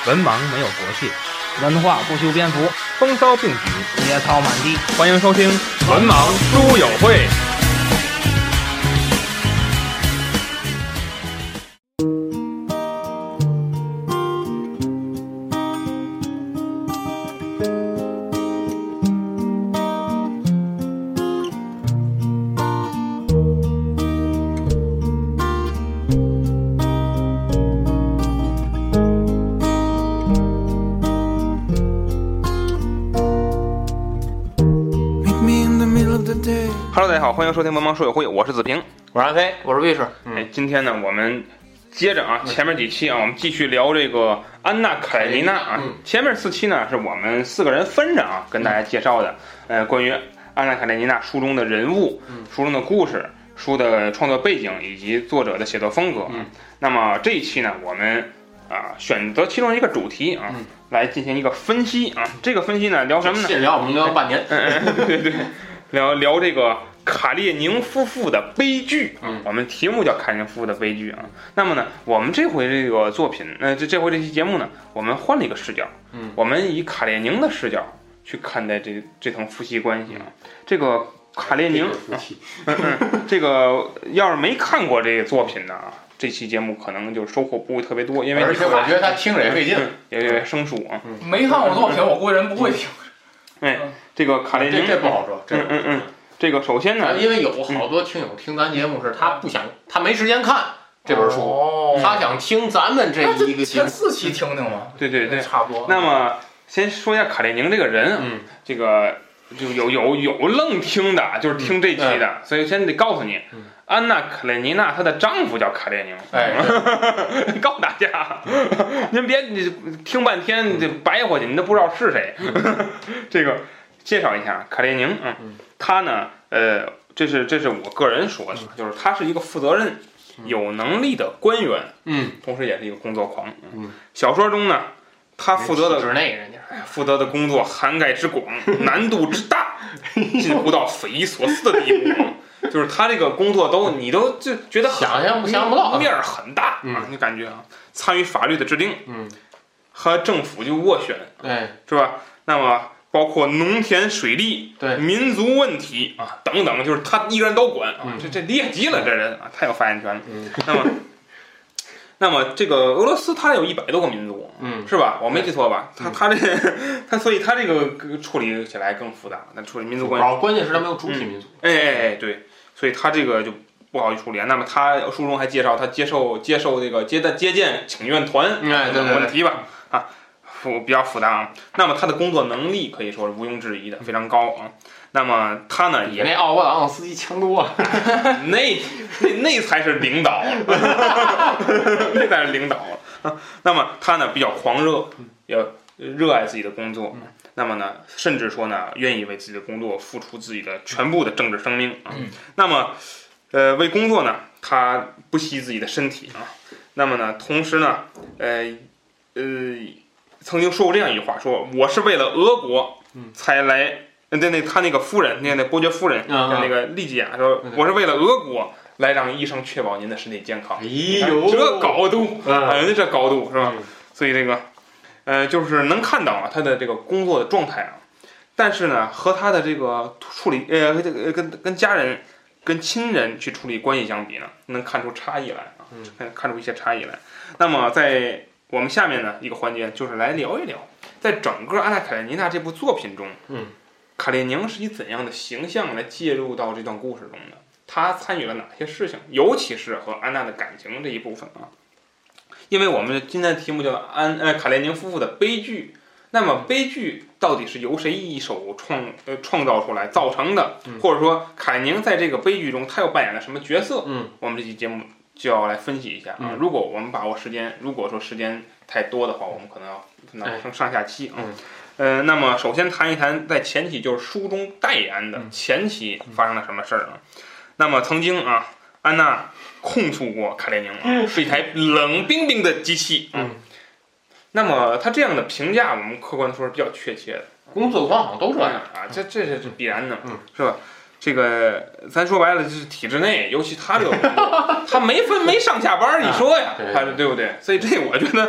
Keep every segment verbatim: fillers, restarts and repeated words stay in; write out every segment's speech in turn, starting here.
文盲没有国界， 文化不修边幅， 风骚并举， 野草满地。 欢迎收听文盲书友会。Hello， 大家好，欢迎收听文盲书友会，我是子平， 我是安飞，我是卫士。 嗯、哎，今天呢，我们接着啊，前面几期啊，我们继续聊这个安娜·卡列尼娜啊。 嗯、 前面四期呢，是我们四个人分着啊，跟大家介绍的，呃，关于安娜·卡列尼娜书中的人物、 嗯、 书中的故事、书的创作背景以及作者的写作风格。 嗯、 那么这一期呢，我们啊选择其中一个主题啊， 嗯、 来进行一个分析啊。这个分析呢，聊什么呢？ 聊我们聊半年。 嗯嗯，对对对。聊聊这个卡列宁夫妇的悲剧啊， 嗯、 我们题目叫卡列宁夫妇的悲剧啊。那么呢，我们这回这个作品，呃，这这回这期节目呢，我们换了一个视角， 嗯， 我们以卡列宁的视角去看待这这层夫妻关系啊。嗯、这个卡列宁， 夫妻， 嗯嗯，这个要是没看过这个作品呢，这期节目可能就收获不会特别多，因为而且我觉得他听着也费劲， 嗯、也也生疏啊。 嗯、没看过作品，我估计人不会听。 哎，这个卡列宁， 这这不好说。 嗯嗯嗯，这个首先呢， 因为有好多听友听咱节目是他不想，他没时间看这本书， 哦、 他想听咱们这一个前四期听听嘛。 对对对， 差不多。 那么先说一下卡列宁这个人， 嗯， 这个就有有有愣听的，就是听这期的， 嗯、 所以先得告诉你， 嗯、 安娜·卡列尼娜她的丈夫叫卡列宁， 哎， 告诉大家，您别你听半天就白活去，你都不知道是谁。这个介绍一下卡列宁，嗯， 嗯他呢，呃，这是这是我个人说的，就是他是一个负责任、有能力的官员， 嗯， 同时也是一个工作狂。 嗯， 小说中呢，他负责的之内人家负责的工作涵盖之广，难度之大，近乎到匪夷所思的地步。就是他这个工作都你都就觉得想象不想不到， 面儿很大啊，你感觉啊，参与法律的制定， 嗯， 和政府就斡旋， 对， 是吧？那么包括农田水利、 对民族问题啊等等，就是他一个人都管啊， 嗯、 这这劣迹了，这人啊太有发言权了。 嗯、 那么，那么这个俄罗斯它有一百多个民族， 嗯， 是吧？我没记错吧？ 嗯、 他他这他所以他这个处理起来更复杂，那处理民族关系， 关键是他没有主体民族， 嗯、哎哎哎，对，所以他这个就不好处理。那么他书中还介绍他接受接受这个接待接见请愿团等等问题吧，啊。比较复杂啊，那么他的工作能力可以说是毋庸置疑的，非常高啊。那么他呢，也那奥巴朗斯基强多了， 那那那才是领导，那才是领导啊。那么他呢比较狂热，也热爱自己的工作，那么呢，甚至说呢，愿意为自己的工作付出自己的全部的政治生命啊。那么，呃，为工作呢，他不惜自己的身体啊。那么呢，同时呢，呃呃。曾经说过这样一句话，说我是为了俄国才来，那那他那个夫人，那那伯爵夫人， 嗯、 那个利吉亚说，我是为了俄国来让医生确保您的身体健康。 哎呦， 这高度，哎、嗯，这高度是吧？ 嗯、 所以这个，呃，就是能看到啊，他的这个工作的状态啊，但是呢，和他的这个处理，呃，这个跟跟家人、跟亲人去处理关系相比呢，能看出差异来啊，看看出一些差异来。那么在我们下面呢一个环节就是来聊一聊，在整个《安娜·卡列尼娜》这部作品中， 嗯， 卡列宁是以怎样的形象来介入到这段故事中的？他参与了哪些事情？尤其是和安娜的感情这一部分啊。因为我们今天的题目叫安呃卡列宁夫妇的悲剧，那么悲剧到底是由谁一手创呃创造出来造成的？ 嗯、 或者说卡列宁在这个悲剧中他又扮演了什么角色？ 嗯， 我们这期节目就要来分析一下啊！ 嗯、 如果我们把握时间，如果说时间太多的话，我们可能要分到上上下期啊。 嗯、 呃，那么首先谈一谈在前期，就是书中代言的前期发生了什么事儿啊？嗯、那么曾经啊，安娜控诉过卡列宁啊，是一台冷冰冰的机器啊。 嗯、 那么他这样的评价，我们客观说是比较确切的。 工作狂好像都这样啊，这这是必然的， 嗯、 是吧？这个咱说白了就是体制内，尤其他这个工作，他没分没上下班，你说呀，他对不对？所以这我觉得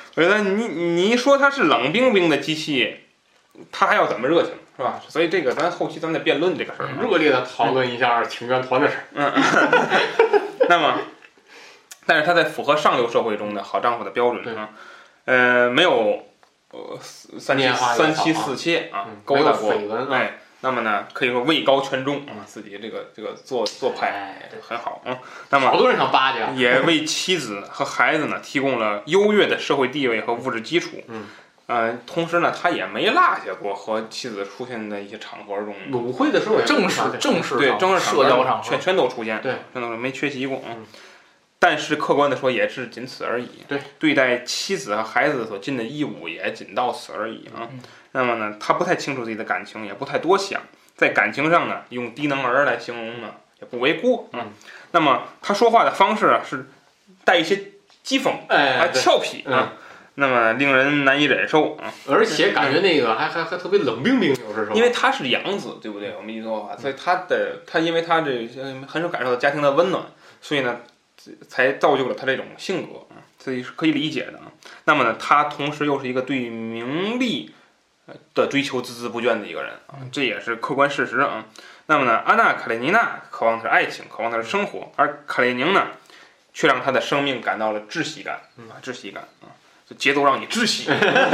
我觉得你你说它是冷冰冰的机器，它还要怎么热情，是吧？所以这个咱后期咱们再辩论这个事儿， 热烈的讨论一下请愿团的事儿。 嗯，那么，但是他在符合上流社会中的好丈夫的标准啊，呃，没有呃三妻三妻四妾啊，勾搭过，哎，那么呢，可以说位高权重啊，自己这个这个做做派很好啊。那么， 好多人想巴结， 也为妻子和孩子呢提供了优越的社会地位和物质基础。 嗯。 呃，同时呢，他也没落下过和妻子出现在一些场合中， 舞会的时候， 正式正式对正式社交场合全全都出现， 对， 全都没缺席过。嗯，但是客观的说，也是仅此而已。 对， 对待妻子和孩子所尽的义务也仅到此而已啊。嗯、那么呢，他不太清楚自己的感情，也不太多想，在感情上呢，用低能儿来形容呢，也不为过啊。嗯、那么他说话的方式啊，是带一些讥讽， 哎， 俏皮啊。嗯，那么令人难以忍受啊， 而且感觉那个还还还特别冷冰冰，有时候。 因为他是养子，对不对？我们一说话，所以他的他因为他这很少感受到家庭的温暖，所以呢，才造就了他这种性格啊，所以是可以理解的啊。那么呢，他同时又是一个对名利的追求孜孜不倦的一个人啊，这也是客观事实啊。那么呢，安娜·卡列尼娜渴望的是爱情，渴望的是生活，而卡列宁呢，却让他的生命感到了窒息感啊，窒息感啊。节奏让你窒息，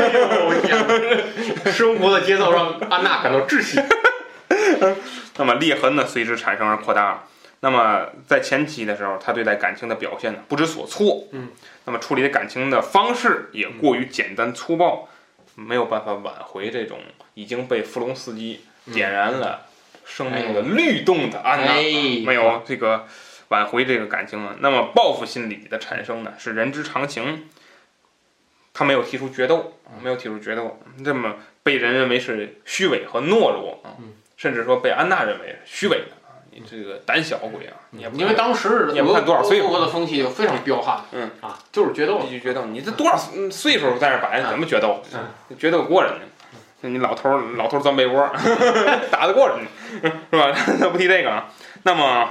生活的节奏让安娜感到窒息。 那么裂痕呢随之产生而扩大了。那么在前期的时候，他对待感情的表现呢不知所措， 嗯， 那么处理感情的方式也过于简单粗暴，没有办法挽回这种已经被弗隆斯基点燃了生命的律动的安娜， 哎、 没有这个挽回这个感情了。那么报复心理的产生呢是人之常情。他没有提出决斗，没有提出决斗，这么被人认为是虚伪和懦弱啊，甚至说被安娜认为虚伪的啊，你这个胆小鬼啊！你也因为当时也不看多少岁数， 俄国的风气非常彪悍， 嗯啊，就是决斗， 必须决斗。你这多少岁数在这摆着，怎么决斗？ 嗯， 决斗过人家，你老头老头钻被窝，打得过人家，是吧？那不提这个啊。那么。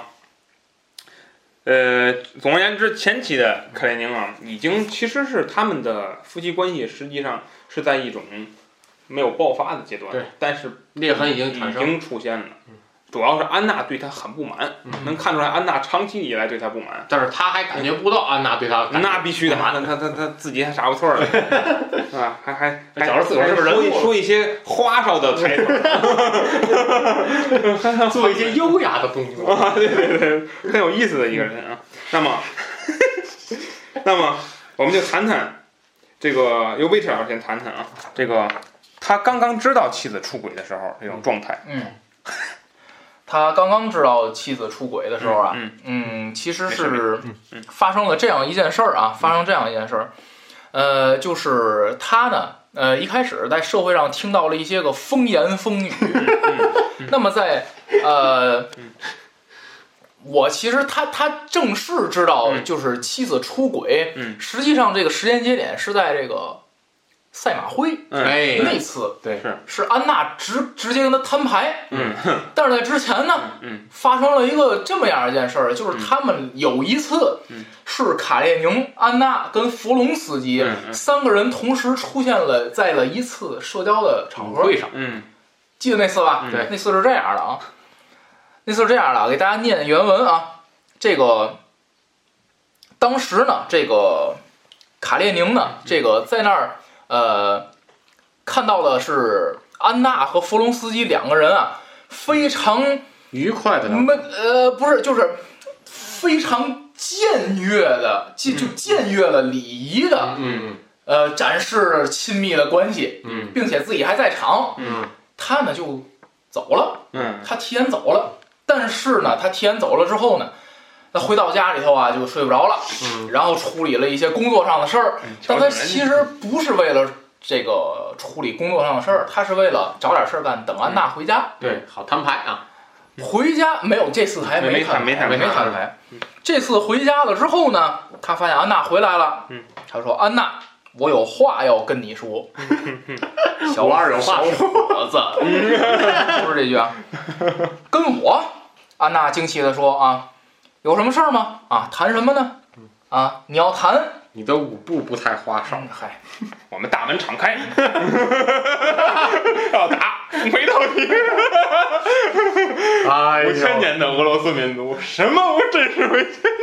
呃，总而言之，前期的克列宁啊，已经其实是他们的夫妻关系实际上是在一种没有爆发的阶段， 对， 但是裂痕已经产生， 已经出现了。主要是安娜对他很不满， 嗯、 能看出来安娜长期以来对他不满， 但是他还感觉不到安娜对他， 那必须的，那他他他自己还傻不错的，是吧？还还还觉着自个儿是不是人说说一些花哨的台词， 做一些优雅的动作， 啊，对对对，很有意思的一个人啊。那么，那么我们就谈谈这个，由威特老师先谈谈啊，这个他刚刚知道妻子出轨的时候这种状态， 嗯。他刚刚知道妻子出轨的时候啊， 嗯， 嗯其实是发生了这样一件事儿啊，发生这样一件事儿，呃，就是他呢，呃，一开始在社会上听到了一些个风言风语，那么在呃，我其实他他正式知道就是妻子出轨， 嗯， 实际上这个时间节点是在这个赛马会， 哎， 那次对是是安娜直直接跟他摊牌， 嗯， 但是在之前呢， 嗯， 发生了一个这么样一件事儿，就是他们有一次， 嗯， 是卡列宁、安娜跟弗隆斯基、 嗯嗯、 三个人同时出现了在了一次社交的场合会上， 嗯，记得那次吧？ 对， 那次是这样的啊，那次是这样的，给大家念原文啊，这个当时呢，这个卡列宁呢，这个在那儿。呃，看到的是安娜和弗隆斯基两个人啊，非常愉快的， 没呃不是，就是非常僭越的，就就僭越了礼仪的， 嗯， 呃，展示亲密的关系， 嗯， 并且自己还在场， 嗯， 他呢就走了， 嗯， 他提前走了，但是呢，他提前走了之后呢。他回到家里头啊，就睡不着了， 嗯， 然后处理了一些工作上的事儿， 嗯、 但他其实不是为了这个处理工作上的事儿，他是为了找点事儿干，等安娜回家。 对，好摊牌啊。 回家没有，这次还没摊没摊没摊牌。这次回家了之后呢，他发现安娜回来了， 嗯， 他说：“安娜，我有话要跟你说。”小二有话说，伙子，不是这句啊，跟我。安娜惊奇地说：“啊。”有什么事儿吗？啊，谈什么呢？啊，你要谈你的舞步不太花哨。 嗨， 我们大门敞开，要打回到底。 哎五千年的俄罗斯民族，什么真实为真？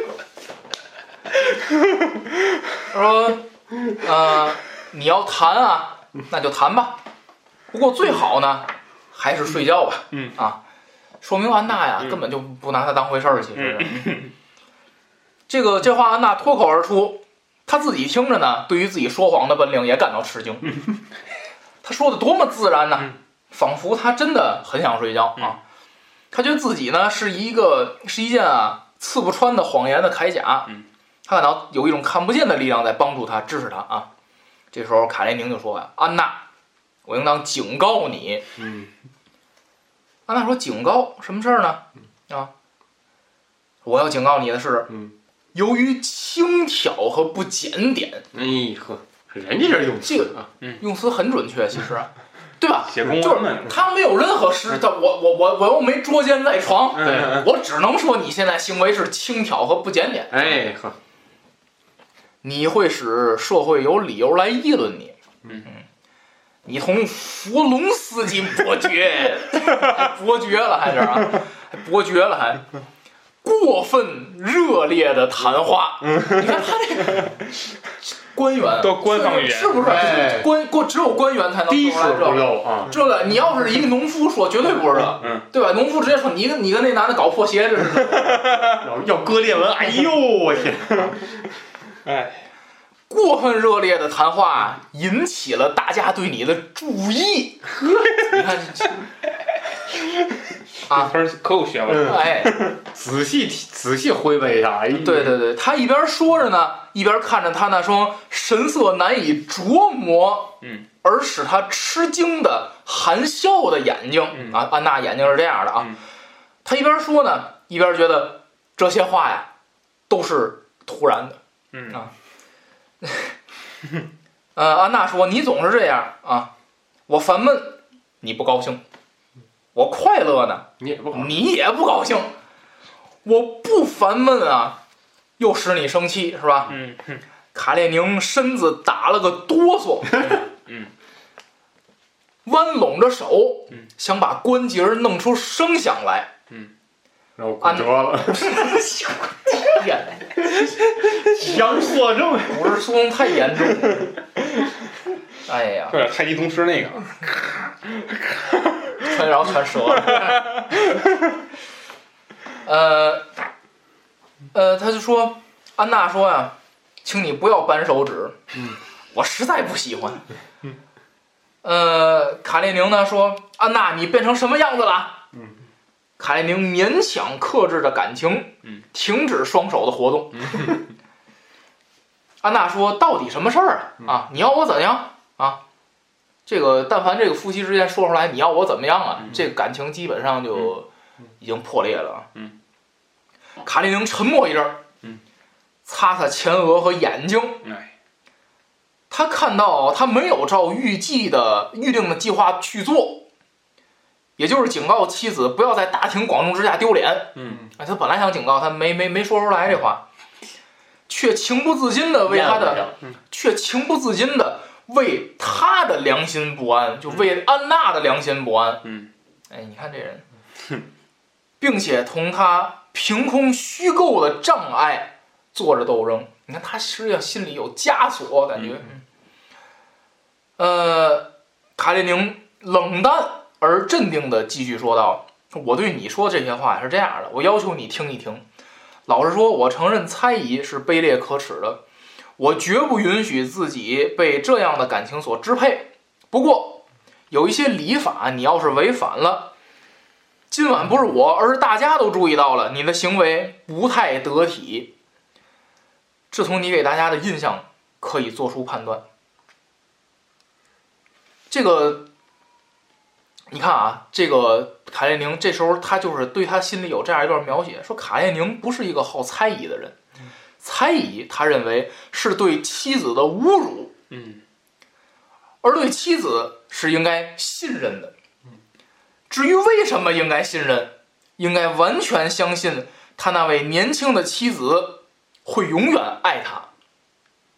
他说，呃，你要弹啊，那就弹吧。不过最好呢，还是睡觉吧。 嗯啊，说明安娜呀， 嗯根本就不拿他当回事儿。其实，嗯、这个这话安娜脱口而出，她自己听着呢，对于自己说谎的本领也感到吃惊。她说的多么自然呢， 嗯、 仿佛她真的很想睡觉啊。她觉得自己呢是一个是一件啊刺不穿的谎言的铠甲。 嗯他感到有一种看不见的力量在帮助他、支持他啊。这时候卡列宁就说呀：“安娜，我应当警告你。” 嗯， 安娜说：“警告什么事儿呢？啊，我要警告你的是， 嗯， 由于轻佻和不检点。” 哎呵，人家这用词啊， 用词很准确，其实，对吧？ 写公就是文呢， 他没有任何失，他我我我我又没捉奸在床， 对， 我只能说你现在行为是轻佻和不检点。 哎呵。 你会使社会有理由来议论你， 嗯， 你同弗隆斯基伯爵，还伯爵了还是啊，还伯爵了还，过分热烈的谈话，你看他这个官员都官方语言是不是？ 哎、 官官只有官员才能滴说出来水不漏啊！ 这个你要是一个农夫说，绝对不是这， 嗯， 对吧？农夫直接说你跟你跟那男的搞破鞋这是， 要要割裂纹，哎呦我天！ 哎， 过分热烈的谈话引起了大家对你的注意。你看，啊， 分可有学问。 哎， 仔细仔细回味一下，哎， 对对对，他一边说着呢，一边看着他那双神色难以琢磨， 嗯， 而使他吃惊的含笑的眼睛、 嗯、 啊，安娜眼睛是这样的啊。 嗯、 他一边说呢，一边觉得这些话呀都是突然的。 嗯啊，呃，安娜说：“你总是这样啊，我烦闷，你不高兴；我快乐呢， 你也不你也不高兴。我不烦闷啊，又使你生气，是吧？” 嗯， 卡列宁身子打了个哆嗦， 嗯， 弯拢着手， 嗯， 想把关节弄出声响来， 嗯。 然后骨折了， 天， 强迫症， 不是说的太严重了。哎呀， 有点太极同时那个， 全然后全折了。呃呃，他就说，安娜说呀，请你不要扳手指， 嗯， 我实在不喜欢。呃，卡列宁呢说，安娜，你变成什么样子了？ 嗯。 卡列宁勉强克制着感情， 嗯， 停止双手的活动。安娜说：“到底什么事儿啊？啊，你要我怎样啊？这个，但凡这个夫妻之间说出来，你要我怎么样啊？ 嗯、 这个感情基本上就已经破裂了。” 嗯， 卡列宁沉默一阵儿， 嗯， 擦擦前额和眼睛。 哎， 他看到他没有照预计的预定的计划去做。也就是警告妻子不要在大庭广众之下丢脸。 嗯， 哎，他本来想警告他，没没没说出来这话，却情不自禁的为他的，却情不自禁的为他的良心不安，就为安娜的良心不安。 嗯， 哎，你看这人，并且同他凭空虚构的障碍做着斗争。你看他实际上心里有枷锁，感觉。嗯、呃，卡列宁冷淡而镇定地继续说道：“我对你说这些话是这样的，我要求你听一听。老实说，我承认猜疑是卑劣可耻的，我绝不允许自己被这样的感情所支配。不过，有一些礼法，你要是违反了，今晚不是我，而是大家都注意到了，你的行为不太得体。这从你给大家的印象可以做出判断。这个。”你看啊，这个卡列宁这时候他就是对他心里有这样一段描写，说卡列宁不是一个好猜疑的人，猜疑他认为是对妻子的侮辱， 嗯， 而对妻子是应该信任的。至于为什么应该信任，应该完全相信他那位年轻的妻子会永远爱他。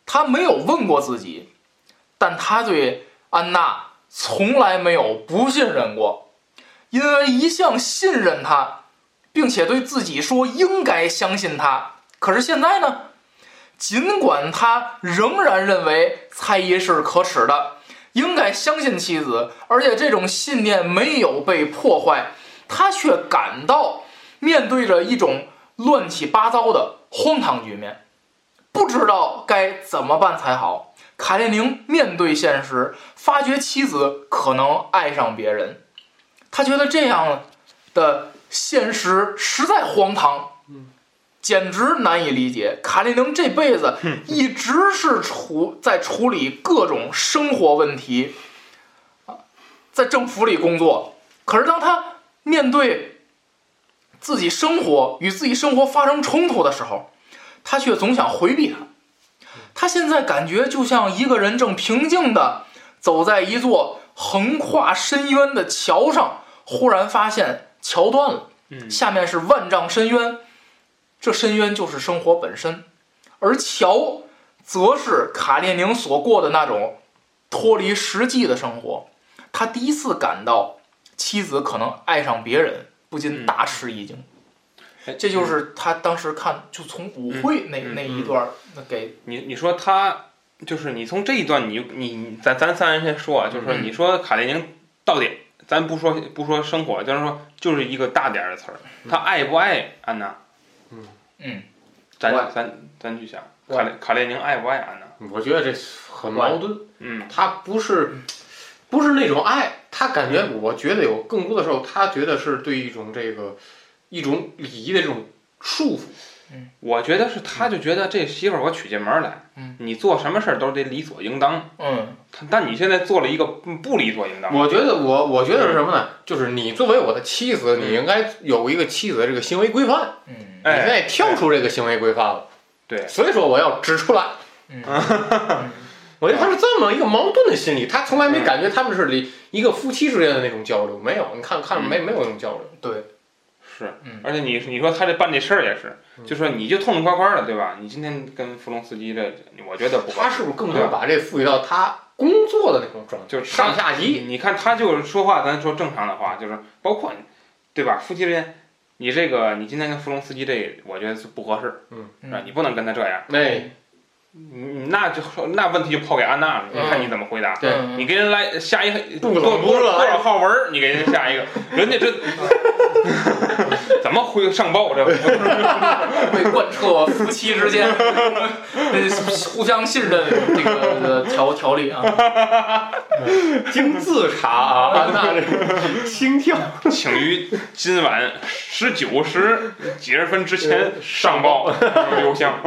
他没有问过自己，但他对安娜从来没有不信任过，因为一向信任他，并且对自己说应该相信他。可是现在呢，尽管他仍然认为猜疑是可耻的，应该相信妻子，而且这种信念没有被破坏，他却感到面对着一种乱七八糟的荒唐局面，不知道该怎么办才好。卡列宁面对现实，发觉妻子可能爱上别人，他觉得这样的现实实在荒唐，简直难以理解。卡列宁这辈子一直是处在处理各种生活问题，在政府里工作，可是当他面对自己生活与自己生活发生冲突的时候，他却总想回避它。他现在感觉就像一个人正平静地走在一座横跨深渊的桥上，忽然发现桥断了，下面是万丈深渊，这深渊就是生活本身，而桥则是卡列宁所过的那种脱离实际的生活。他第一次感到妻子可能爱上别人，不禁大吃一惊。这就是他当时看，就从舞会那、嗯、那一段，那给你你说他就是你从这一段你你咱咱三人先说啊，就是说你说卡列宁到底，咱不说不说生活，就是说就是一个大点的词儿，他爱不爱安娜？ 嗯嗯， 咱咱咱去想，卡列卡列宁爱不爱安娜？ 我觉得这很矛盾。 嗯， 他不是不是那种爱，他感觉我觉得有更多的时候，他觉得是对一种这个。一种礼仪的这种束缚， 嗯，我觉得是，他就觉得这媳妇儿我娶进门来， 嗯， 你做什么事儿都得理所应当， 嗯， 但你现在做了一个不理所应当。 我觉得我我觉得是什么呢？就是你作为我的妻子， 嗯、 你应该有一个妻子的这个行为规范， 嗯， 你现在跳出这个行为规范了， 对， 所以说我要指出来， 嗯， 我觉得他是这么一个矛盾的心理，他从来没感觉他们是一个夫妻之间的那种交流，没有，你看看没没有那种交流， 对。 是，而且你你说他这办这事儿也是，就说你就痛痛快快的，对吧？你今天跟弗隆斯基这，我觉得不。 他是不是更多把这赋予到他工作的那种状态， 就是上下级？ 你看他就是说话，咱说正常的话，就是包括，对吧？夫妻之间，你这个你今天跟弗隆斯基这，我觉得是不合适， 嗯， 是吧？你不能跟他这样。 哎， 你那就那问题就抛给安娜了，你看你怎么回答？ 对， 你给人来下一个多多多多少号文，你给人下一个，人家这。怎么会上报这？ 会贯彻夫妻之间互相信任这个条条例啊。 经自查啊，安娜这心跳， 请于今晚十九时几十分之前上报邮箱。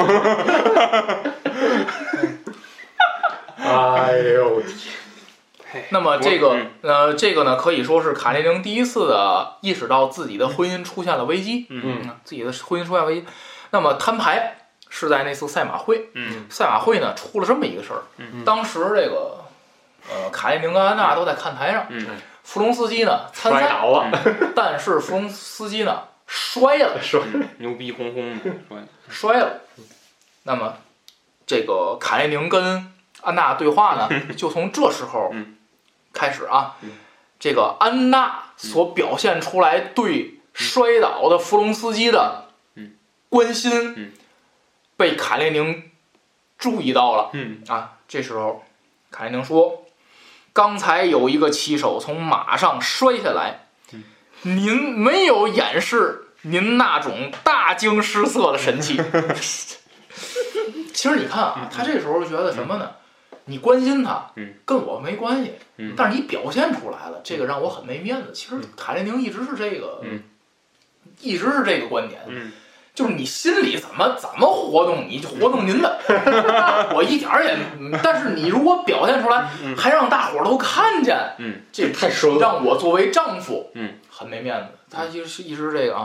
哎呦天！ 那么这个呃，这个呢，可以说是卡列宁第一次的意识到自己的婚姻出现了危机， 嗯， 自己的婚姻出现危机。那么摊牌是在那次赛马会， 嗯， 赛马会呢出了这么一个事儿， 嗯， 当时这个呃卡列宁跟安娜都在看台上， 嗯， 弗隆斯基呢参赛， 倒了， 但是弗隆斯基呢摔了， 摔， 牛逼哄哄的摔， 摔了。那么这个卡列宁跟安娜对话呢，就从这时候。 嗯开始啊， 嗯、 这个安娜所表现出来对摔倒的弗隆斯基的关心， 嗯嗯、 被卡列宁注意到了。 嗯、 啊，这时候卡列宁说：“刚才有一个骑手从马上摔下来， 嗯、 您没有掩饰您那种大惊失色的神气。”其实你看啊，他这时候觉得什么呢？嗯你关心他， 嗯， 跟我没关系， 嗯， 但是你表现出来了，这个让我很没面子。其实卡列宁一直是这个， 嗯， 一直是这个观点， 嗯， 就是你心里怎么怎么活动，你就活动您的，我一点也，但是你如果表现出来， 嗯、 还让大伙儿都看见， 嗯， 这太说让我作为丈夫， 嗯， 很没面子。他就是一直这个啊。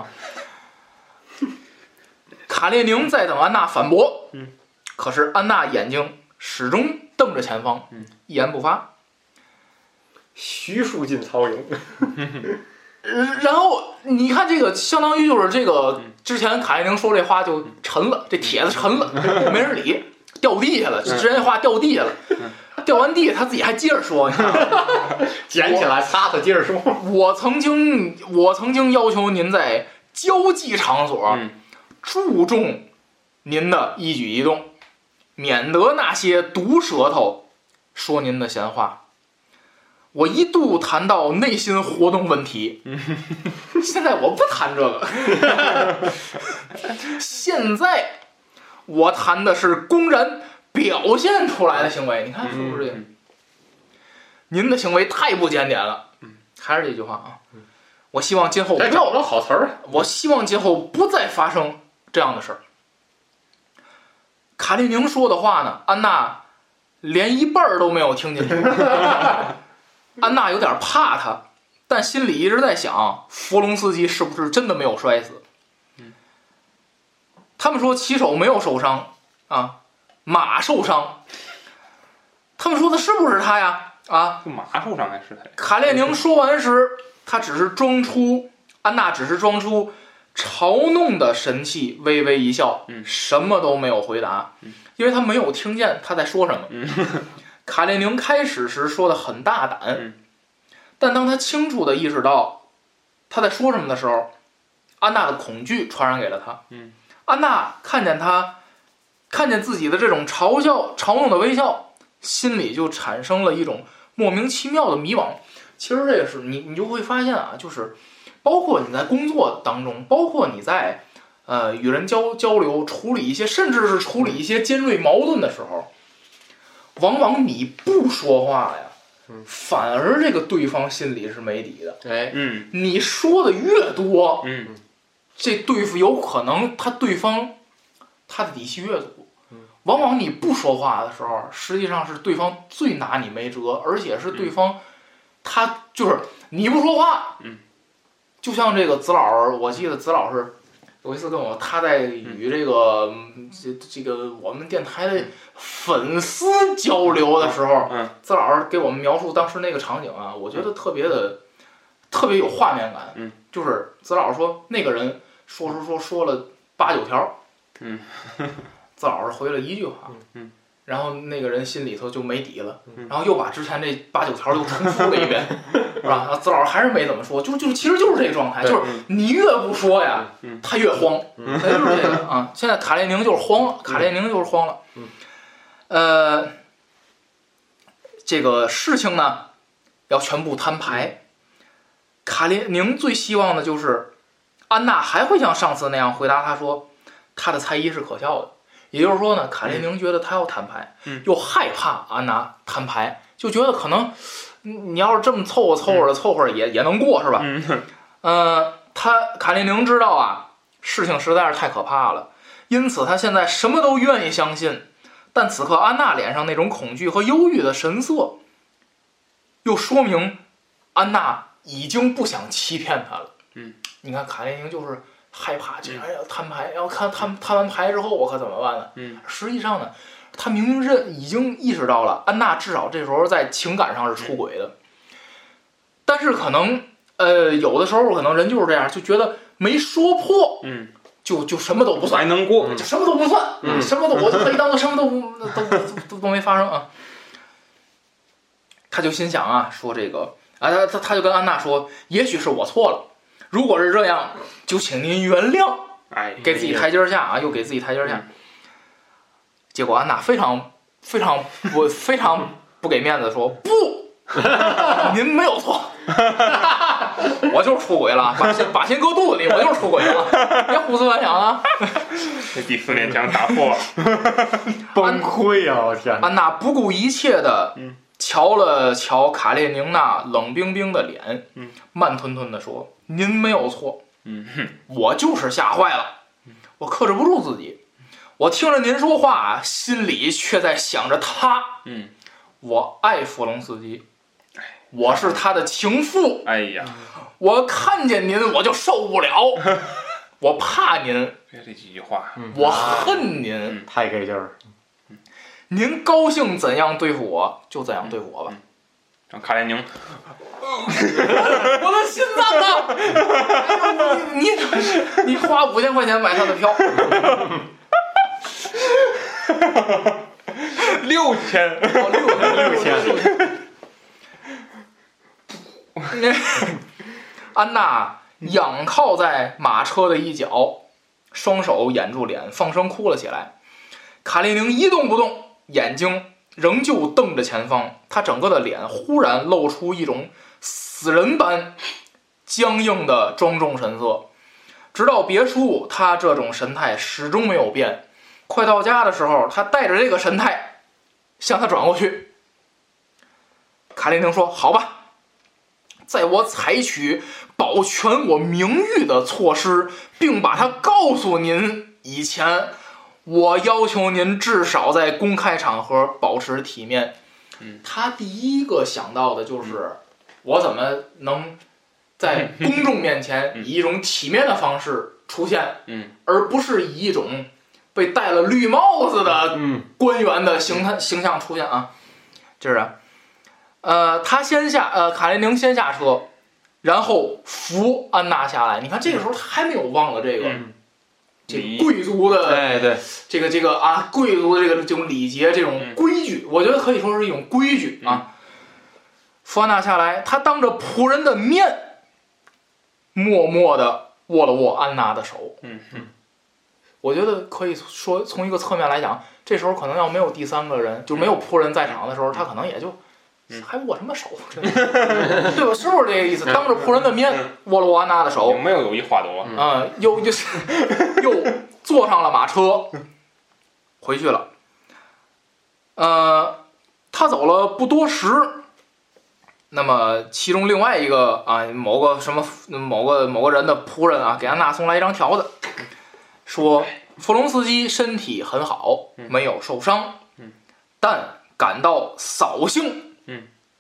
卡列宁在等安娜反驳， 嗯， 可是安娜眼睛始终瞪着前方， 嗯， 一言不发。 徐庶进曹营。 然后你看这个，相当于就是这个之前卡列宁说这话就沉了，这帖子沉了，没人理， 掉地下了，直接话掉地下了，掉完地下他自己还接着说，你看捡起来擦擦接着说。 我曾经我曾经要求您在交际场所嗯注重您的一举一动，免得那些毒舌头说您的闲话。我一度谈到内心活动问题，现在我不谈这个，现在我谈的是公然表现出来的行为。你看是不是这个？您的行为太不检点了。还是这句话啊，我希望今后不要找到好词儿。 我希望今后不再发生这样的事儿。卡列宁说的话呢，安娜连一半都没有听进去。安娜有点怕他，但心里一直在想，弗隆斯基是不是真的没有摔死？他们说骑手没有受伤啊，马受伤。他们说的是不是他呀？啊， 马受伤还是他？ 卡列宁说完时，他只是装出，安娜只是装出嘲弄的神气，微微一笑， 嗯、 什么都没有回答， 嗯、 因为他没有听见他在说什么。 嗯、 卡列宁开始时说的很大胆， 嗯、 但当他清楚地意识到他在说什么的时候，安娜的恐惧传染给了他。 嗯、 安娜看见他，看见自己的这种嘲笑、嘲弄的微笑，心里就产生了一种莫名其妙的迷惘。其实这个是你，你就会发现啊，就是包括你在工作当中，包括你在呃与人交交流、处理一些，甚至是处理一些尖锐矛盾的时候，往往你不说话呀，反而这个对方心里是没底的。 哎， 嗯， 你说的越多， 嗯， 这对付有可能他对方他的底气越足。往往你不说话的时候，实际上是对方最拿你没辙，而且是对方，他就是你不说话， 嗯， 就像这个子老，我记得子老师有一次跟我，他在与这个、嗯、这这个我们电台的粉丝交流的时候， 嗯， 子老师给我们描述当时那个场景啊，我觉得特别的、嗯、特别有画面感， 嗯， 就是子老师说那个人说说说说了八九条， 嗯。 子老师回了一句话， 嗯， 然后那个人心里头就没底了， 嗯、 然后又把之前这八九条又重复了一遍，是吧？子老师还是没怎么说，就就其实就是这个状态，就是你越不说呀， 嗯、 他越慌，嗯、他就是这个啊。现在卡列宁就是慌了，卡列宁就是慌了， 嗯， 呃，这个事情呢要全部摊牌。卡列宁最希望的就是安娜还会像上次那样回答他说，他的猜疑是可笑的。也就是说呢，卡列宁觉得他要摊牌， 嗯、 又害怕安娜摊牌，就觉得可能你要是这么凑合凑合的凑合也也能过，是吧？ 嗯， 呃，他卡列宁知道啊，事情实在是太可怕了，因此他现在什么都愿意相信。但此刻安娜脸上那种恐惧和忧郁的神色，又说明安娜已经不想欺骗他了。 嗯， 你看卡列宁就是害怕，这哎呀摊牌，要看摊摊完牌之后我可怎么办呢？ 嗯， 实际上呢，他明明认已经意识到了安娜至少这时候在情感上是出轨的，嗯、但是可能呃有的时候可能人就是这样，就觉得没说破， 嗯， 就就什么都不算， 还能过， 就什么都不算， 嗯、 什么都我就可以当做什么都不都都都都没发生啊。他就心想啊，说这个啊，他他他就跟安娜说，也许是我错了。如果是这样，就请您原谅。 哎， 给自己台阶下啊，又给自己台阶下。结果安娜非常非常不非常不给面子说不，您没有错，我就是出轨了，把心把心搁肚子里，我就是出轨了，别胡思乱想啊！ 这第四面墙打破了， 崩溃啊！我天！ 安娜不顾一切的瞧了瞧卡列宁那冷冰冰的脸， 嗯、 慢吞吞的说：“您没有错， 嗯， 我就是吓坏了，我克制不住自己。我听着您说话，心里却在想着他。 嗯， 我爱弗隆斯基，我是他的情妇。 哎呀， 我看见您我就受不了，我怕您。 这几句话， 我恨您， 嗯、 太给劲儿。 您高兴怎样对付我，就怎样对付我吧。” 让卡列宁， 我的心脏啊！哎、你你你花五千块钱买他的票， 六千， 哦，六千六千六千。安娜仰靠在马车的一角，双手掩住脸，放声哭了起来。卡列宁一动不动，眼睛仍旧瞪着前方，他整个的脸忽然露出一种死人般僵硬的庄重神色。直到别墅，他这种神态始终没有变。快到家的时候，他带着这个神态向他转过去。卡列宁说：“好吧，在我采取保全我名誉的措施，并把它告诉您以前，我要求您至少在公开场合保持体面。” 嗯， 他第一个想到的就是，我怎么能在公众面前以一种体面的方式出现， 嗯， 而不是以一种被戴了绿帽子的嗯官员的形态形象出现啊。这是，呃，他先下，呃，卡列宁先下车，然后扶安娜下来。你看，这个时候他还没有忘了这个。 嗯这个贵族的， 对对， 这个这个啊，贵族的这个这种礼节、这种规矩，我觉得可以说是一种规矩啊。扶安娜下来，他当着仆人的面，默默地握了握安娜的手。 嗯嗯， 我觉得可以说从一个侧面来讲，这时候可能要没有第三个人，就没有仆人在场的时候，他可能也就。还握什么手？对吧？是不是这个意思？当着仆人的面握了握安娜的手， 有没有友谊花朵？ 啊、嗯，又又又坐上了马车，回去了。呃，他走了不多时，那么其中另外一个啊，某个什么某个某个人的仆人啊，给安娜送来一张条子，说弗隆斯基身体很好，没有受伤，但感到扫兴。 嗯，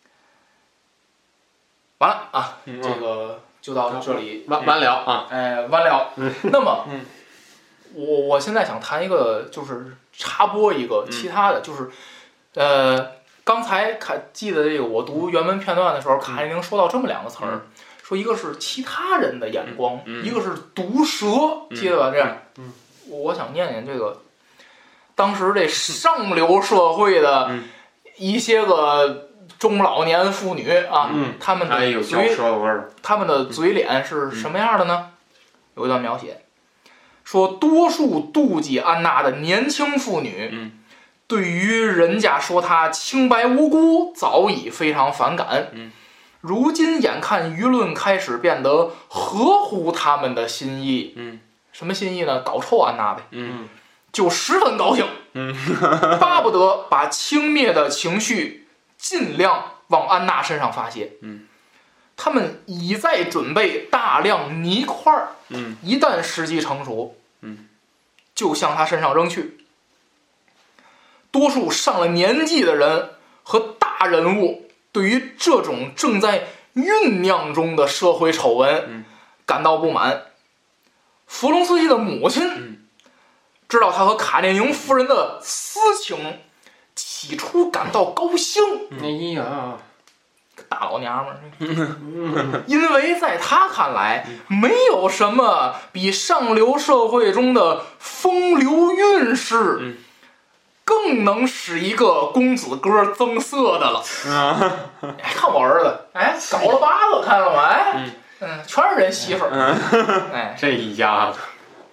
完了啊， 嗯、 这个就到这里完完了啊， 哎，完了。 嗯、 那么， 嗯、 我我现在想谈一个，就是插播一个其他的，嗯、就是，呃，刚才卡记得这个，我读原文片段的时候，卡列宁说到这么两个词儿， 嗯、 说一个是其他人的眼光， 嗯、 一个是毒舌，记得吧？这样， 嗯， 我想念念这个，当时这上流社会的一些个。中老年妇女啊， 嗯、 他们的嘴， 哎、 他们的嘴脸是什么样的呢？嗯、有一段描写，说多数妒忌安娜的年轻妇女， 嗯、 对于人家说她清白无辜，早已非常反感。 嗯、 如今眼看舆论开始变得合乎他们的心意， 嗯、 什么心意呢？搞臭安娜呗。 嗯， 就十分高兴， 嗯， 巴不得把轻蔑的情绪。尽量往安娜身上发泄。 嗯， 他们已在准备大量泥块儿。 嗯， 一旦时机成熟， 嗯， 就向她身上扔去。多数上了年纪的人和大人物对于这种正在酝酿中的社会丑闻感到不满。弗隆斯基的母亲知道他和卡列宁夫人的私情。起初感到高兴， 哎呀， 大老娘们儿，因为在他看来，没有什么比上流社会中的风流韵事更能使一个公子哥增色的了。哎，看我儿子，哎，搞了八个，看了吗？哎，嗯，全是人媳妇儿，哎， 这一家子，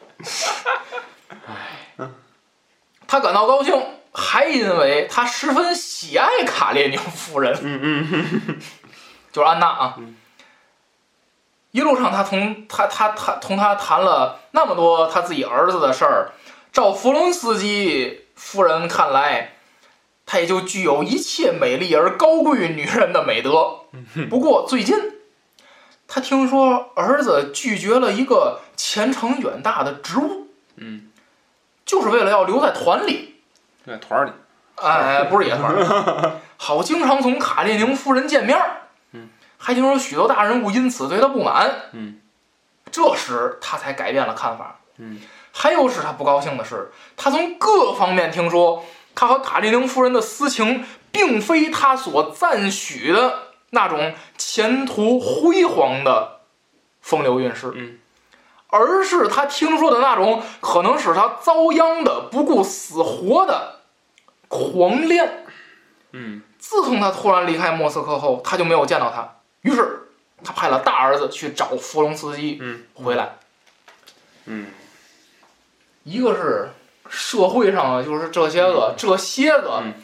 哎，他感到高兴。还因为他十分喜爱卡列宁夫人， 嗯嗯， 就是安娜啊。 嗯、 一路上他同他他他同他谈了那么多他自己儿子的事儿，照弗隆斯基夫人看来，他也就具有一切美丽而高贵女人的美德。不过最近，他听说儿子拒绝了一个前程远大的职务， 嗯， 就是为了要留在团里。 在团里， 哎，不是野团，好经常从卡列宁夫人见面。 嗯， 还听说许多大人物因此对他不满。 嗯， 这时他才改变了看法。 嗯， 还有使他不高兴的是，他从各方面听说，他和卡列宁夫人的私情，并非他所赞许的那种前途辉煌的风流韵事。 嗯。 而是他听说的那种可能使他遭殃的不顾死活的苦黄炼。 嗯， 自从他突然离开莫斯科后，他就没有见到他。于是他派了大儿子去找弗隆斯基回来。 嗯， 一个是社会上的，就是这些个、嗯、这些个。 嗯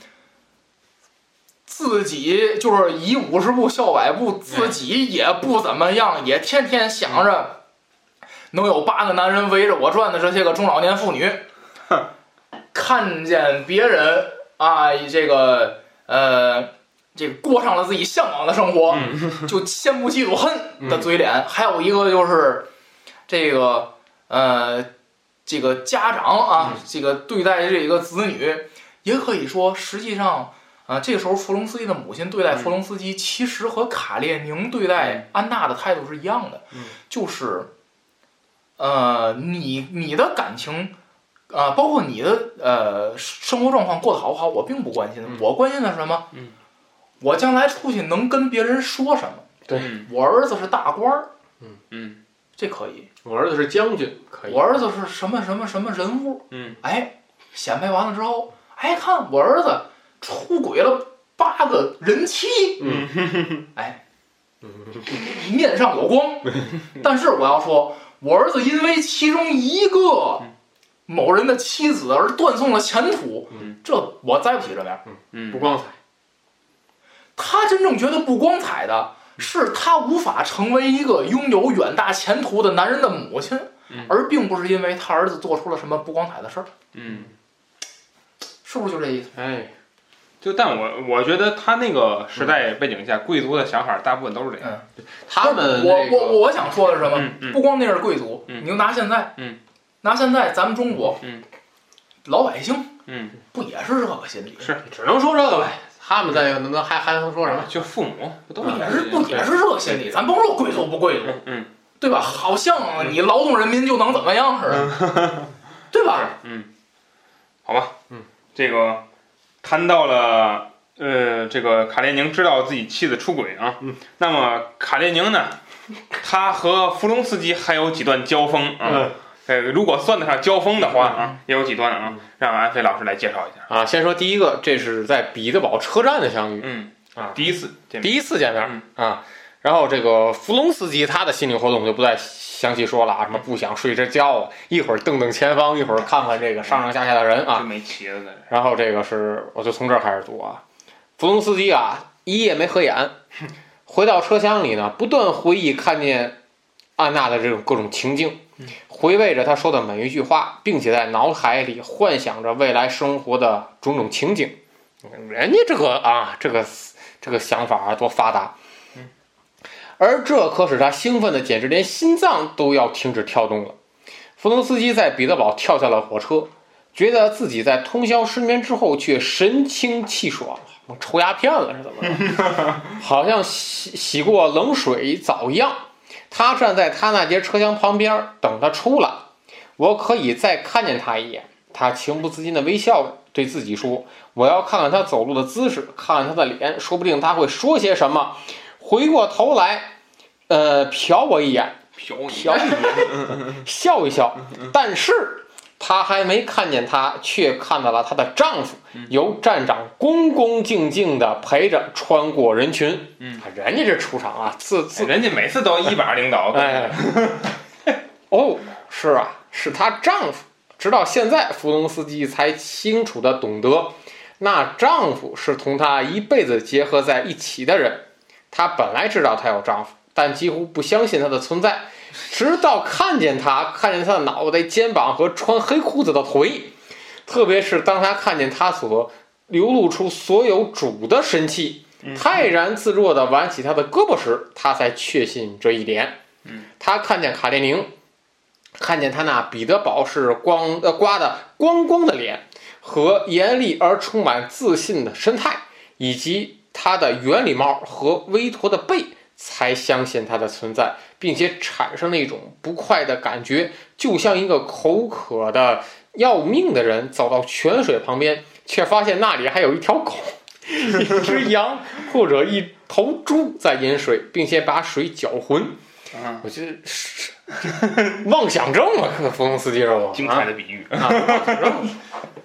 自己就是以五十步笑百步，自己也不怎么样，也天天想着能有八个男人围着我转的这些个中老年妇女，看见别人啊，这个呃，这个过上了自己向往的生活，就羡慕嫉妒恨的嘴脸。还有一个就是这个呃，这个家长啊，这个对待这个子女，也可以说实际上。啊，这个时候弗隆斯基的母亲对待弗隆斯基，其实和卡列宁对待安娜的态度是一样的， 嗯、 就是，呃，你你的感情，啊、呃，包括你的呃生活状况过得好不好，我并不关心， 嗯、 我关心的是什么？ 嗯、 我将来出去能跟别人说什么？ 对， 我儿子是大官儿， 嗯嗯， 这可以。 我儿子是将军，可以。 我儿子是什么什么什么人物？ 嗯， 哎，显摆完了之后，哎，看我儿子。出轨了八个人妻， 嗯， 哎，面上有光。但是我要说，我儿子因为其中一个某人的妻子而断送了前途， 嗯， 这我栽不起这面， 嗯， 不光彩。 他真正觉得不光彩的是，他无法成为一个拥有远大前途的男人的母亲， 嗯、 而并不是因为他儿子做出了什么不光彩的事儿。 嗯， 是不是就这意思？ 哎。 就但我我觉得他那个时代背景下，嗯、贵族的想法大部分都是这样。 嗯、 他们、 我我我想说的是什么？ 嗯嗯、 不光那是贵族， 嗯、 你就拿现在， 嗯、 拿现在咱们中国， 嗯、 老百姓， 嗯， 不也是这个心理？ 是， 只能说这个呗。他们在能还还能说什么？ 就父母不都也是不也是这个心理？咱甭说贵族不贵族， 嗯， 对吧？好像你劳动人民就能怎么样似的，对吧？ 嗯，好吧， 嗯， 这个谈到了。呃，这个卡列宁知道自己妻子出轨啊， 嗯， 那么卡列宁呢，他和弗隆斯基还有几段交锋啊， 嗯， 呃，如果算得上交锋的话啊，也有几段啊，让安飞老师来介绍一下啊。先说第一个，这是在彼得堡车站的相遇， 嗯啊， 第一次见面， 第一次见面、 嗯、 啊。然后这个弗隆斯基他的心理活动就不再详细说了啊，什么不想睡着觉啊，一会儿瞪瞪前方，一会儿看看这个上上下下的人啊， 就没茄子。 然后这个是，我就从这儿开始读啊。弗隆斯基啊，一夜没合眼，回到车厢里呢，不断回忆看见安娜的这种各种情境，回味着她说的每一句话，并且在脑海里幻想着未来生活的种种情景。人家这个啊，这个这个想法啊，多发达！而这可使他兴奋的简直连心脏都要停止跳动了。弗隆斯基在彼得堡跳下了火车，觉得自己在通宵失眠之后却神清气爽。抽鸦片了是怎么着？好像洗洗过冷水澡一样。他站在他那节车厢旁边等他出来，我可以再看见他一眼。他情不自禁地微笑着对自己说：“我要看看他走路的姿势，看看他的脸，说不定他会说些什么。”回过头来，呃，瞟我一眼， 瞟瞟一眼，笑一笑。但是她还没看见他，却看到了她的丈夫由站长恭恭敬敬地陪着穿过人群。 嗯， 人家这出场啊，自自人家每次都一把领导。 哎，哦，是啊，是她丈夫。直到现在，弗隆斯基才清楚地懂得，那丈夫是同她一辈子结合在一起的人。她本来知道她有丈夫，但几乎不相信她的存在。直到看见他，看见他的脑袋、肩膀和穿黑裤子的腿，特别是当他看见他所流露出所有主的神气，泰然自若地挽起他的胳膊时，他才确信这一点。他看见卡列宁，看见他那彼得堡式光呃刮的光光的脸和严厉而充满自信的神态，以及他的圆礼帽和微驼的背，才相信他的存在，并且产生了一种不快的感觉，就像一个口渴的要命的人走到泉水旁边，却发现那里还有一条狗、一只羊或者一头猪在饮水，并且把水搅浑。 嗯， 我觉得是妄想症啊，弗隆斯基这种精彩的比喻啊，妄想症。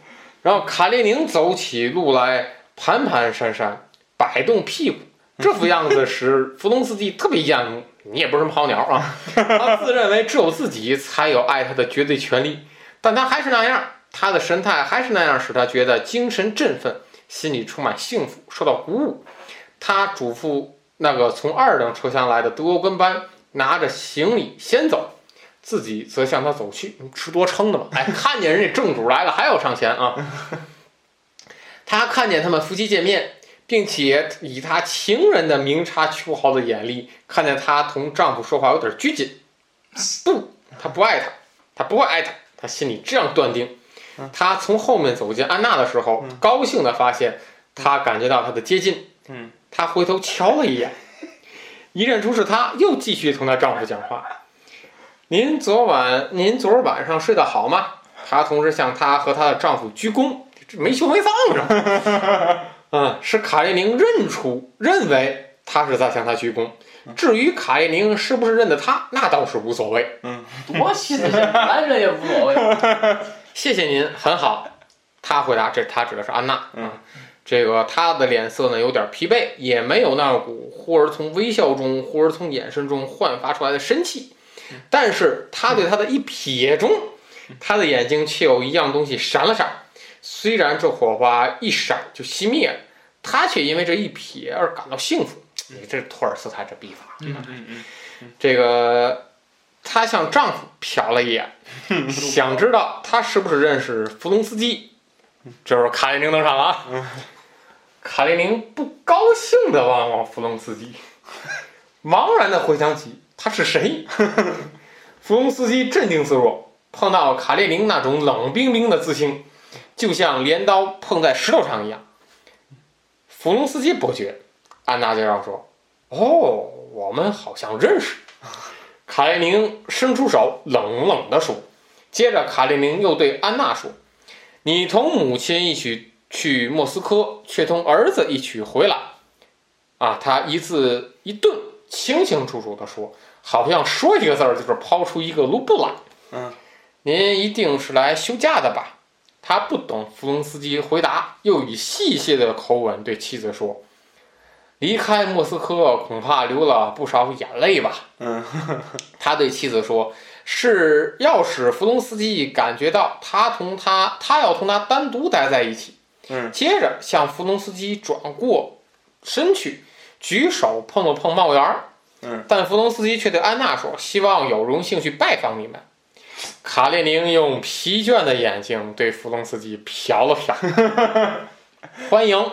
然后卡列宁走起路来蹒蹒跚跚，摆动屁股，这副样子使弗隆斯基特别厌恶。你也不是什么好鸟啊！他自认为只有自己才有爱他的绝对权利，但他还是那样，他的神态还是那样，使他觉得精神振奋，心里充满幸福，受到鼓舞。他嘱咐那个从二等车厢来的德国跟班拿着行李先走，自己则向他走去。吃多撑的嘛！哎，看见人家正主来了，还要上前啊！他看见他们夫妻见面，并且以他情人的明察秋毫的眼力，看见她同丈夫说话有点拘谨。不，他不爱她，他不会爱她，他心里这样断定。他从后面走进安娜的时候，高兴地发现她感觉到她的接近。 嗯， 她回头瞧了一眼，一认出是她，又继续同她丈夫讲话。您昨晚，您昨儿晚上睡得好吗？她同时向她和她的丈夫鞠躬，没羞没臊着。嗯，使卡列宁认出，认为他是在向他鞠躬。至于卡列宁是不是认得他，那倒是无所谓。 嗯， 多新鲜，男人也无所谓。 谢谢您，很好。他回答，这他指的是安娜。 嗯， 这个他的脸色呢有点疲惫，也没有那股忽而从微笑中，忽而从眼神中焕发出来的神气。但是他对他的一瞥中，他的眼睛却有一样东西闪了闪。虽然这火花一闪就熄灭了，他却因为这一瞥而感到幸福。你这托尔斯泰这笔法， 嗯嗯嗯， 这个她向丈夫瞟了一眼，想知道他是不是认识弗隆斯基。这时候卡列宁登场了啊！卡列宁不高兴地望望弗隆斯基，茫然地回想起他是谁。弗隆斯基镇定自若，碰到卡列宁那种冷冰冰的自信，就像镰刀碰在石头上一样。弗隆斯基伯爵，安娜介绍说：“哦，我们好像认识。”卡列宁伸出手，冷冷地说。接着，卡列宁又对安娜说：“你同母亲一起去莫斯科，却同儿子一起回来。”啊，他一字一顿，清清楚楚地说，好像说一个字儿就是抛出一个卢布来。 嗯， 您一定是来休假的吧？他不懂弗隆斯基回答，又以戏谑的口吻对妻子说：“离开莫斯科恐怕流了不少眼泪吧。” 嗯， 他对妻子说：“是要使弗隆斯基感觉到他同他，他要同他单独待在一起。” 嗯， 接着向弗隆斯基转过身去，举手碰了碰帽檐儿。 嗯， 但弗隆斯基却对安娜说：“希望有荣幸去拜访你们。”卡列宁用疲倦的眼睛对弗隆斯基瞟了瞟，欢迎。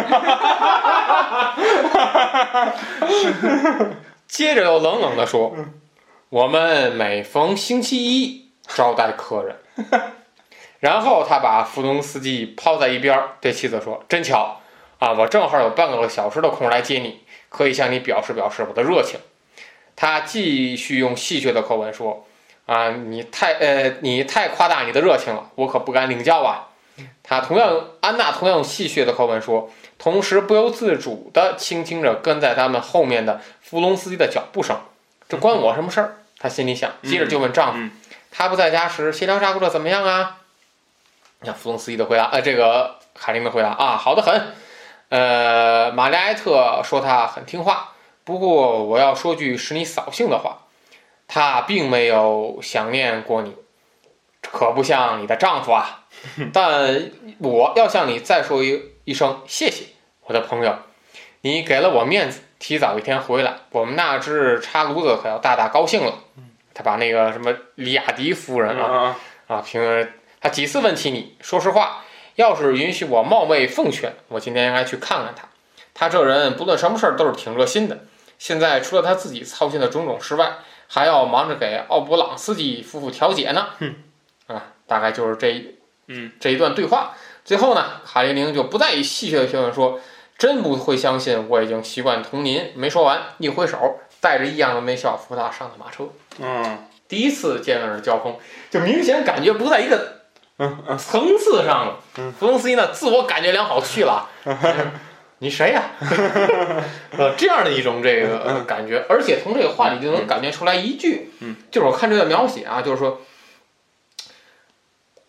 接着又冷冷地说：“我们每逢星期一招待客人。”然后他把弗隆斯基抛在一边，对妻子说：“真巧啊，我正好有半个小时的空来接你，可以向你表示表示我的热情。”他继续用戏谑的口吻说：“啊，你太呃，你太夸大你的热情了，我可不敢领教啊。”他同样，安娜同样用戏谑的口吻说，同时不由自主地倾听着跟在他们后面的弗隆斯基的脚步声。这关我什么事儿？他心里想。接着就问丈夫：“ 嗯嗯、 他不在家时，协调照顾的怎么样啊？”你看弗隆斯基的回答，呃，这个卡林的回答啊，好得很。呃，玛丽埃特说他很听话。不过我要说句使你扫兴的话，他并没有想念过你，可不像你的丈夫啊。但我要向你再说一一声谢谢，我的朋友，你给了我面子，提早一天回来，我们那只插炉子可要大大高兴了。他把那个什么里亚迪夫人啊啊，平时他几次问起你，说实话，要是允许我冒昧奉劝，我今天应该去看看他。他这人不论什么事儿都是挺热心的。现在除了他自己操心的种种事外，还要忙着给奥布朗斯基夫妇调解呢。啊，大概就是这， 嗯， 这一段对话。最后呢，卡列宁就不再以戏谑的口吻说：“真不会相信我已经习惯同您。”没说完，一挥手，带着异样的微笑扶他上了马车。 嗯， 第一次见面的交锋，就明显感觉不在一个层次上了。弗隆斯基呢，自我感觉良好去了。你谁呀、啊？呃，这样的一种这个、呃、感觉，而且从这个话里就能感觉出来一句， 嗯， 就是我看这个描写啊，就是说，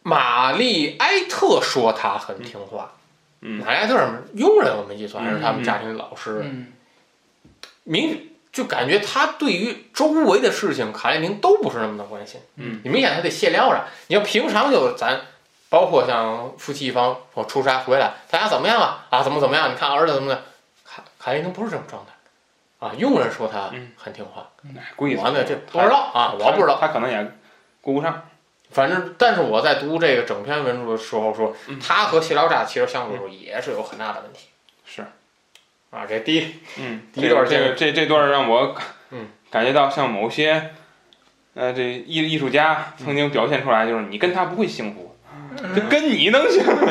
玛丽埃特说他很听话。 嗯， 玛丽埃特是佣人，我没记错，还是他们家庭的老师。 嗯， 明就感觉他对于周围的事情，卡列宁都不是那么的关心。 嗯， 你明显他得卸撩着。你要平常就咱，包括像夫妻一方，我出差回来，大家怎么样啊？啊，怎么怎么样？你看儿子怎么的？卡卡列宁不是这种状态。啊，佣人说他很听话， 估计我呢这不知道啊，我不知道， 他可能也顾不上。 反正，但是我在读这个整篇文书的时候说， 嗯、 他和谢廖诈其实相处的时候也是有很大的问题。 是， 啊，这第一， 嗯， 第一段这个这这段让我嗯感觉到像某些呃这艺艺术家曾经表现出来，就是你跟他不会幸福， 嗯、 就跟你能幸福，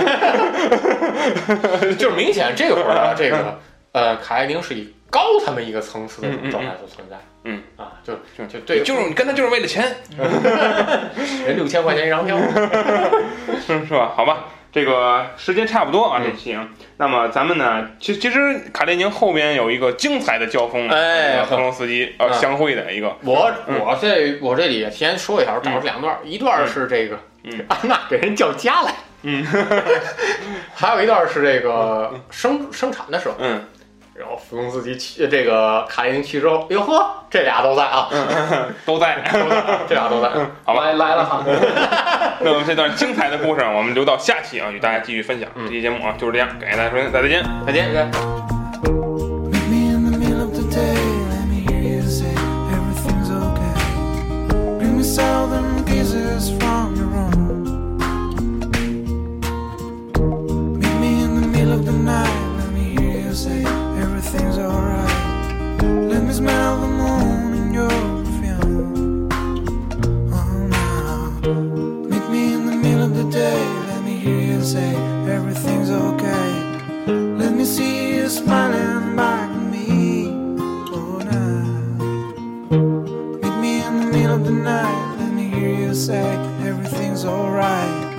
就是明显这会儿啊，这个呃卡列宁是以高他们一个层次的这种状态所存在。 嗯啊，就就就对， 就是你跟他就是为了钱， 人六千块钱一张票， 是是吧？好吧，这个时间差不多啊， 嗯、 这期啊。那么咱们呢，其其实卡列宁后边有一个精彩的交锋， 哎， 和弗隆斯基呃、嗯、相会的一个。 我我这我这里先说一下，我找了两段， 嗯、 一段是这个， 嗯， 安娜给人叫家来， 嗯， 还有一段是这个生生产的时候， 嗯。 然后弗隆斯基去这个卡列宁去之后，哟呵，这俩都在啊， 嗯嗯、都在， 都在，这俩都在， 嗯、好吧， 来来了哈。 那么这段精彩的故事，我们留到下期啊，与大家继续分享。 嗯、 这期节目啊就是这样，感谢大家收听，再见， 再见，再见。 Say everything's alright. Let me smell the moon in your perfume. Oh, now meet me in the middle of the day. Let me hear you say everything's okay. Let me see you smiling back at me. Oh, now meet me in the middle of the night. Let me hear you say everything's alright.